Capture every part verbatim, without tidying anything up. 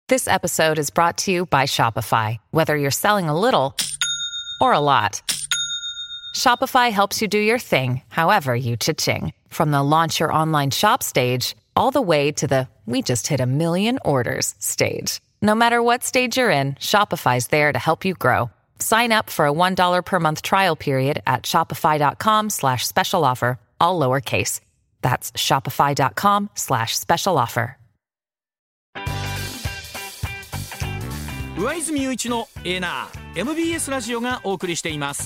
This episode is brought to you by Shopify. Whether you're selling a little or a lot, Shopify helps you do your thing, however you cha-ching. From the launch your online shop stage, all the way to the we just hit a million orders stage. No matter what stage you're in, Shopify's there to help you grow. Sign up for a one dollar per month trial period at shopify.com slash special offer, all lowercase. That's shopify.com slash special offer. 上泉雄一のエーナー エムビーエス ラジオがお送りしています。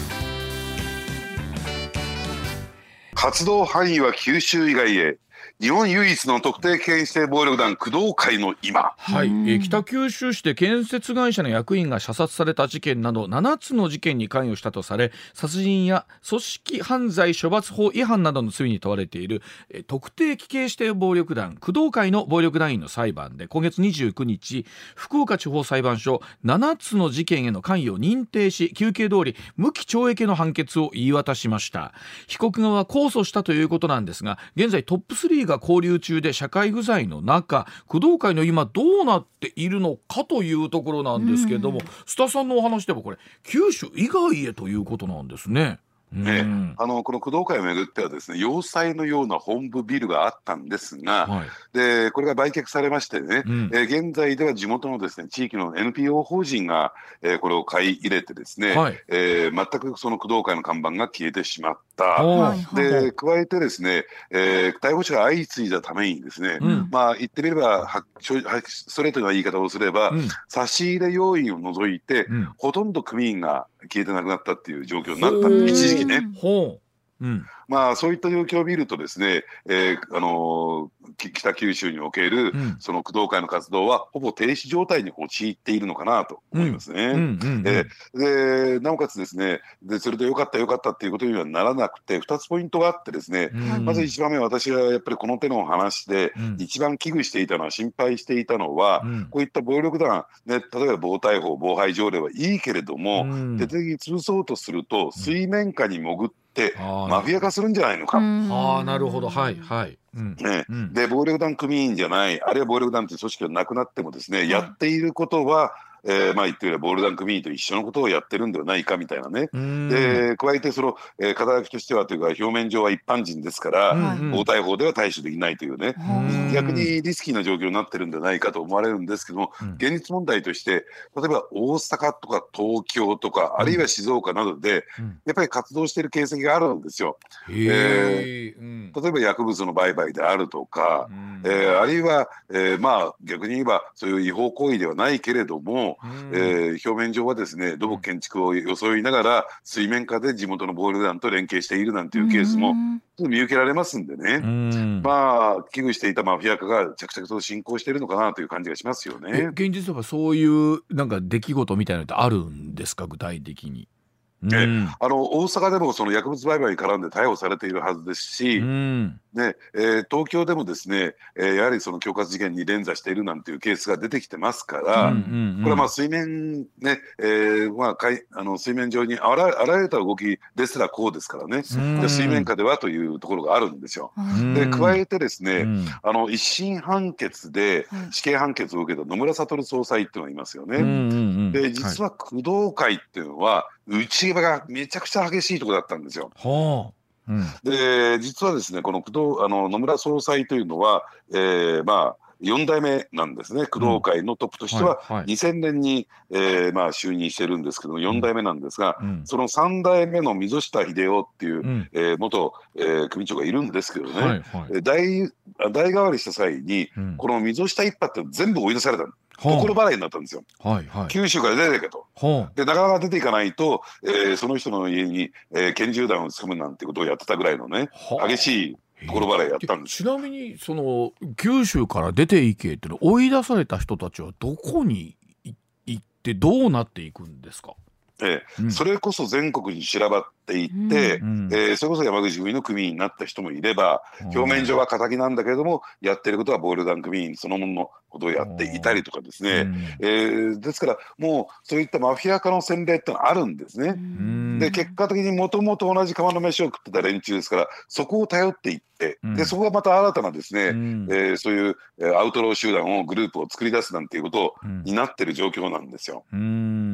活動範囲は九州以外へ。日本唯一の特定危険指定暴力団工藤会の今、 はい、えー、北九州市で建設会社の役員が射殺された事件などななつの事件に関与したとされ、殺人や組織犯罪処罰法違反などの罪に問われている、えー、特定危険指定暴力団工藤会の暴力団員の裁判で、今月にじゅうくにち福岡地方裁判所ななつの事件への関与を認定し、求刑通り無期懲役の判決を言い渡しました。被告側は控訴したということなんですが、現在トップスリーが勾留中で社会不在の中、工藤会の今どうなっているのかというところなんですけれども、須田さんのお話でもこれ九州以外へということなんですね。 ね、あのこの工藤会をめぐってはですね、要塞のような本部ビルがあったんですが、はい、でこれが売却されましてね、うん、えー、現在では地元のですね地域の エヌピーオー 法人が、えー、これを買い入れてですね、はい、えー、全くその工藤会の看板が消えてしまった。はい、で加えてですね、えー、逮捕者が相次いだためにですね、うん、まあ言ってみればはストレートな言い方をすれば、うん、差し入れ要員を除いて、うん、ほとんど組員が消えてなくなったっていう状況になった、一時期ね。ほう、うん、まあそういった状況を見るとですね、えーあのー、北九州における、うん、その工藤会の活動はほぼ停止状態に陥っているのかなと思いますね。でなおかつですね、でそれでよかったよかったっていうことにはならなくて、ふたつポイントがあってですね、うん、まずいちばんめ、私がやっぱりこの手の話で一番危惧していたのは、心配していたのは、うん、こういった暴力団、ね、例えば暴対法妨害条例はいいけれども、うん、手続き潰そうとすると水面下に潜ってでマフィア化するんじゃないのか。 ああ、なるほど、はいはい、うんね、うん、で暴力団組員じゃない、あるいは暴力団という組織がなくなってもですね、はい、やっていることはえー、まあ言ってみれば暴力団組員と一緒のことをやってるんではないかみたいなね。で加えてその、えー、肩書きとしてはというか表面上は一般人ですから、暴対法では対処できないというね、逆にリスキーな状況になってるんじゃないかと思われるんですけども、うん、現実問題として例えば大阪とか東京とか、あるいは静岡などで、うん、やっぱり活動している形跡があるんですよ。えーうん、例えば薬物の売買であるとか、うん、えー、あるいは、えー、まあ逆に言えばそういう違法行為ではないけれども、えー、表面上はですね土木建築を装いながら水面下で地元の暴力団と連携しているなんていうケースも見受けられますんでね、んまあ危惧していたマフィア化が着々と進行しているのかなという感じがしますよね。 現実はそういうなんか出来事みたいなのってあるんですか、具体的に。 うん、えあの大阪でもその薬物売買に絡んで逮捕されているはずですし、うんねえー、東京でもですね、えー、やはりその恐喝事件に連座しているなんていうケースが出てきてますから、うんうんうん、これはまあ水面ね、えーまあ、かいあの水面上にあら、あらゆる動きですらこうですからね、で水面下ではというところがあるんですよ。で加えてですね、うん、あの一審判決で死刑判決を受けた野村悟総裁っていうのがいますよね。うんうんうん、で実は工藤会っていうのは内場がめちゃくちゃ激しいところだったんですよ。はあ、うん、で実はですね、この工藤あの野村総裁というのは、えー、まあよんだいめなんですね。工藤会のトップとしてはにせんねんに、えーまあ、就任してるんですけどもよんだいめなんですが、うん、そのさんだいめの溝下秀夫っていう、うんえー、元、えー、組長がいるんですけどね、はいはい、代, 代替わりした際に、うん、この溝下一派って全部追い出されたの。心払いになったんですよ、はいはい、九州から出ていけと、はあ、でなかなか出ていかないと、えー、その人の家に、えー、拳銃弾を積むなんてことをやってたぐらいのね、はあ、激しい心払いやったんです。 ちなみにその九州から出ていけっていうの追い出された人たちはどこに行ってどうなっていくんですか。 ええうん、それこそ全国に散らばっっていって、 うん、 えー、それこそ山口組の組員になった人もいれば、表面上は敵なんだけれどもやってることは暴力団組員そのもののことをやっていたりとかですね、えー、ですからもうそういったマフィア化の洗礼ってのはあるんですね。で結果的にもともと同じ釜の飯を食ってた連中ですから、そこを頼っていって、でそこがまた新たなですね、うん、えー、そういうアウトロー集団をグループを作り出すなんていうことになってる状況なんですよ。 うん、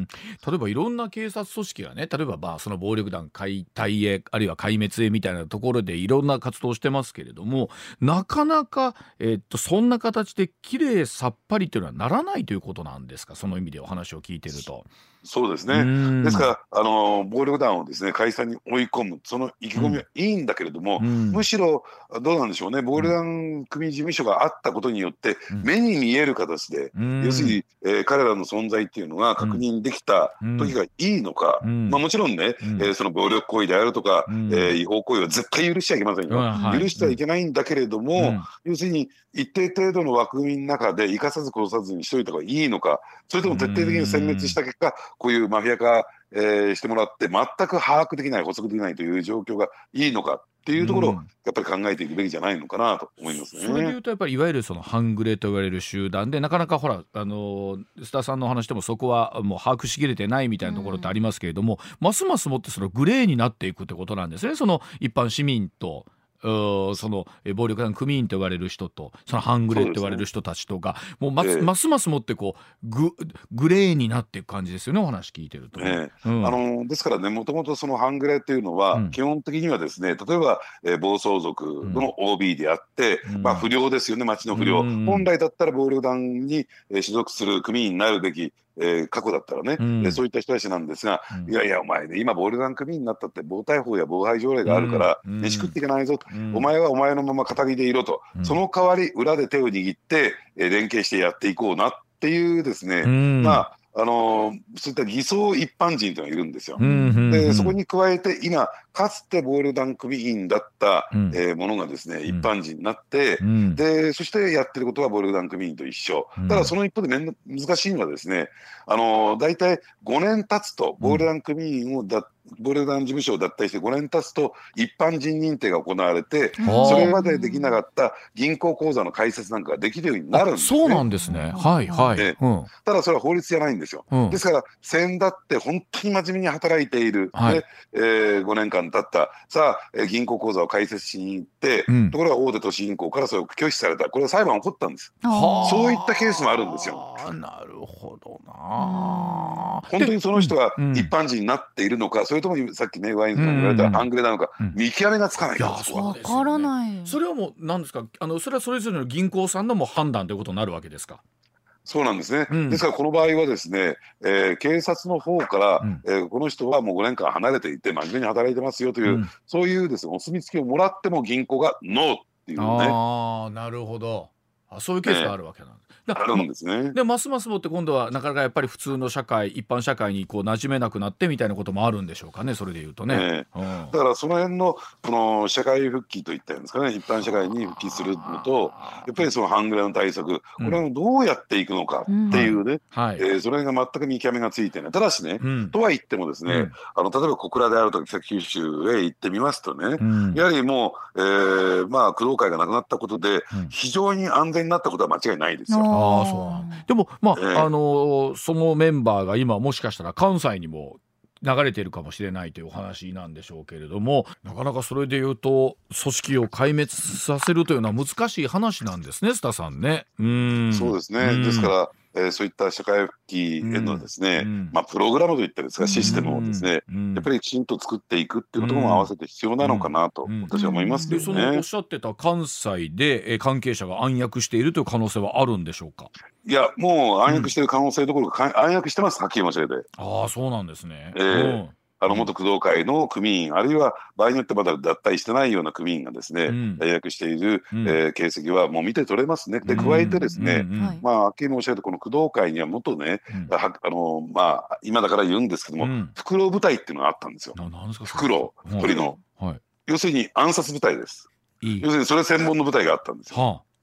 例えばいろんな警察組織がね、例えばまあその暴力団解体へあるいは壊滅へみたいなところでいろんな活動をしてますけれども、なかなか、えー、っとそんな形できれいさっぱりというのはならないということなんですか、その意味でお話を聞いてると。 そうですね。ですからあの暴力団をですね解散に追い込むその意気込みはいいんだけれども、うん、むしろどうなんでしょうね、暴力団組事務所があったことによって、うん、目に見える形で、うん、要するに、えー、彼らの存在っていうのが確認できた時がいいのか、うん、まあ、もちろんね、うん、えー、その暴力行為であるとか、うん、えー、違法行為は絶対許しちゃいけませんよ、うん、許してはいけないんだけれども、うん、要するに一定程度の枠組みの中で生かさず殺さずにしといた方がいいのか、それとも徹底的に殲滅した結果こういうマフィア化、えー、してもらって全く把握できない補足できないという状況がいいのかっていうところをやっぱり考えていくべきじゃないのかなと思いますね。 それでいうとやっぱりいわゆるその半グレと言われる集団でなかなかほらあの須田さんの話でもそこはもう把握しきれてないみたいなところってありますけれども、うん、ますますもってそのグレーになっていくってことなんですね。その一般市民とその暴力団組員と言われる人とその半グレと言われる人たちとか、もうます、えー、ますますもってこう グ, グレーになっていく感じですよね、お話聞いてると、 ね、うん、あのですからね、もともとその半グレっていうのは、うん、基本的にはですね、例えば、えー、暴走族の オービー であって、うん、まあ、不良ですよね、町の不良、うん、本来だったら暴力団に、えー、所属する組員になるべきえー、過去だったらね、うん、えー、そういった人たちなんですが、うん、いやいやお前ね今暴力団組員になったって暴対法や妨害条例があるから、うん、飯食っていけないぞと、うん、お前はお前のまま堅気でいろと、うん、その代わり裏で手を握って、えー、連携してやっていこうなっていうですね、うん、まああのー、そういった偽装一般人というのがいるんですよ、うんうんうん、でそこに加えて今かつて暴力団組員だった、うん、えー、ものがですね、うん、一般人になって、うん、でそしてやってることは暴力団組員と一緒、うん、ただその一方でめん難しいのはですね、あのー、だいたいごねん経つと暴力団組員をだ、うん、暴力団事務所を脱退してごねん経つと一般人認定が行われて、それまでできなかった銀行口座の開設なんかができるようになるんですね。 そうなんですね。はいはい、 うん、ただそれは法律じゃないんですよ、うん、ですから先だって本当に真面目に働いている、はい、で、えー、ごねんかん経ったさあ、えー、銀行口座を開設しに行って、うん、ところが大手都市銀行からそれを拒否された、これは裁判起こったんです。そういったケースもあるんですよ。 なるほどな。 本当にその人が一般人になっているのか、うん、それともさっきねワインさんが言われた半グレなのか、うん、見極めがつかないから、 そこはわからない。それはもう何ですか、あのそれはそれぞれの銀行さんのも判断ということになるわけですか。 そうなんですね、うん、ですからこの場合はですね、えー、警察の方から、うん、えー、この人はもうごねんかん離れていて真面目に働いてますよという、うん、そういうですねお墨付きをもらっても銀行がノーっていうね。 ああ、なるほど。あ、そういうケースがあるわけなんです、 ね、あるんですね。 でますますもって今度はなかなかやっぱり普通の社会一般社会にこう馴染めなくなってみたいなこともあるんでしょうかね、それでいうとね、ね、 うん、だからその辺のこの社会復帰といったんですかね、一般社会に復帰するのとやっぱりその半グレの対策、これをどうやっていくのかっていうね、うん、はい、えー、それが全く見極めがついてない。ただしね、うん、とは言ってもですね、うん、あの例えば小倉であるとか北九州へ行ってみますとね、うん、やはりもう、えー、まあ工藤会がなくなったことで非常に安全になったことは間違いないですよ。 ああ、そうなんでもまあ、えー、あのそのメンバーが今もしかしたら関西にも流れているかもしれないというお話なんでしょうけれども、なかなかそれでいうと組織を壊滅させるというのは難しい話なんですね、須田さんね。うーん、 そうですね、ですから、えー、そういった社会復帰へのですね、うん、まあ、プログラムといったんですがシステムをですね、うん、やっぱりきちんと作っていくっていうことも合わせて必要なのかなと私は思いますけどね。 でそのおっしゃってた関西で、えー、関係者が暗躍しているという可能性はあるんでしょうか。 いやもう暗躍している可能性どころか、うん、暗躍してます、はっきり申し上げて。 ああ、そうなんですね。 えーうん、あの元工藤会の組員、あるいは場合によってまだ脱退してないような組員がですね、うん、暗躍している、うん、えー、形跡はもう見て取れますね。で加えてですね、うんうんうん、まあはっきり申し上げてこの工藤会には元ね、うん、あのまあ今だから言うんですけども、うん、フクロウ部隊っていうのがあったんですよ。フクロウ、鳥の、はい、要するに暗殺部隊です。いい、要するにそれ専門の部隊があったんですよ。はあ、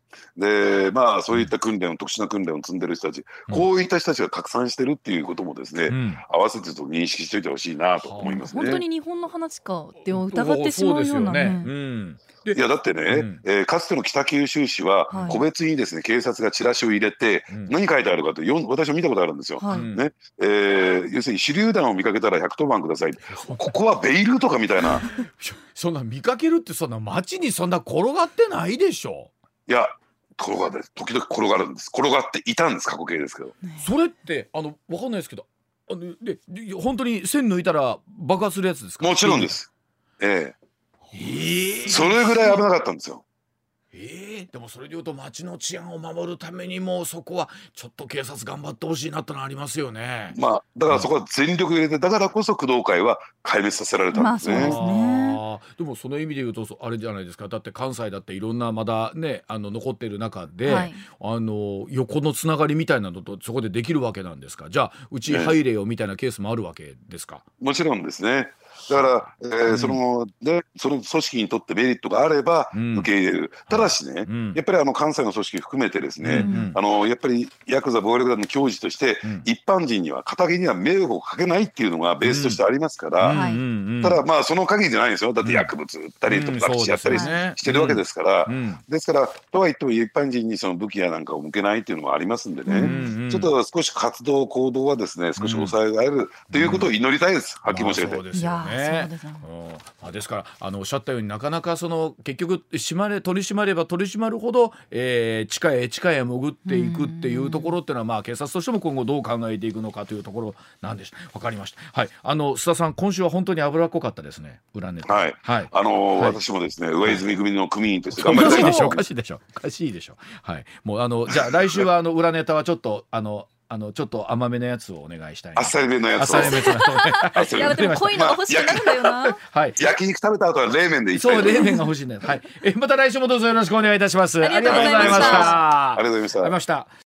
でまあそういった訓練を、特殊な訓練を積んでる人たち、うん、こういった人たちが拡散してるっていうこともですね、うん、合わせてちょっと認識しておいてほしいなと思いますね。 本当に日本の話かって疑ってしまうようなね。 いやだってね、うんえー、かつての北九州市は個別にですね、はい、警察がチラシを入れて、うん、何書いてあるかってよん私も見たことあるんですよ、はいねえー、要するに手榴弾を見かけたらひゃくとばんくださいここはベイルートかみたいなそんな見かけるってそんな街にそんな転がってないでしょ。 いや転がる時々転がるんです。転がっていたんです、過去形ですけど。 それってあの分かんないですけど、あので本当に線抜いたら爆発するやつですか。 もちろんです。えええー、 それぐらい危なかったんですよ。 えー、でもそれでいうと街の治安を守るためにもそこはちょっと警察頑張ってほしいなってのありますよね。 まあだからそこは全力入れて、だからこそ工藤会は壊滅させられたんですね。まあそうですね。 あでもその意味で言うとあれじゃないですか。だって関西だっていろんなまだねあの残っている中で、はい、あの横のつながりみたいなのとそこでできるわけなんですか。じゃあうち入れよみたいなケースもあるわけですか。 ね、もちろんですね。だから、えーうん、そのでその組織にとってメリットがあれば受け入れる、うん、ただしね、うん、やっぱりあの関西の組織含めてですね、うん、あのやっぱりヤクザ暴力団の矜持として、うん、一般人には堅気には迷惑をかけないっていうのがベースとしてありますから、うんうん、ただまあその限りじゃないんですよ。だって薬物売ったりとかやったりしてるわけですから、うん、ですからとは言っても一般人にその武器やなんかを向けないっていうのもありますんでね、うんうん、ちょっと少し活動行動はですね少し抑えられるということを祈りたいです、はっきり申し上げて。 そうですよね。そうですね。うん、ですからあのおっしゃったようになかなかその結局締まれ取り締まれば取り締まるほど、えー、地下へ地下へ潜っていくっていうところっていうのは、まあ、警察としても今後どう考えていくのかというところなんでしわかりました。はい、あの須田さん今週は本当に脂っこかったですね。裏ネタ。 はい、はい、あのーはい、私もですね上泉組の組員として頑張りたいと思います。おかしいでしょおかしいでしょおかしいでしょ。はい、もうあのじゃあ来週はあの裏ネタはちょっとあのあのちょっと甘めのやつをお願いしたい。 あっさりめのやつを。 いやでも濃いのが欲しくなるんだよな。 はい。焼肉食べた後は冷麺でいきたい。 そう冷麺が欲しいんだよ。はい。えまた来週もどうぞよろしくお願いいたします。 ありがとうございました。 ありがとうございました。 ありがとうございました。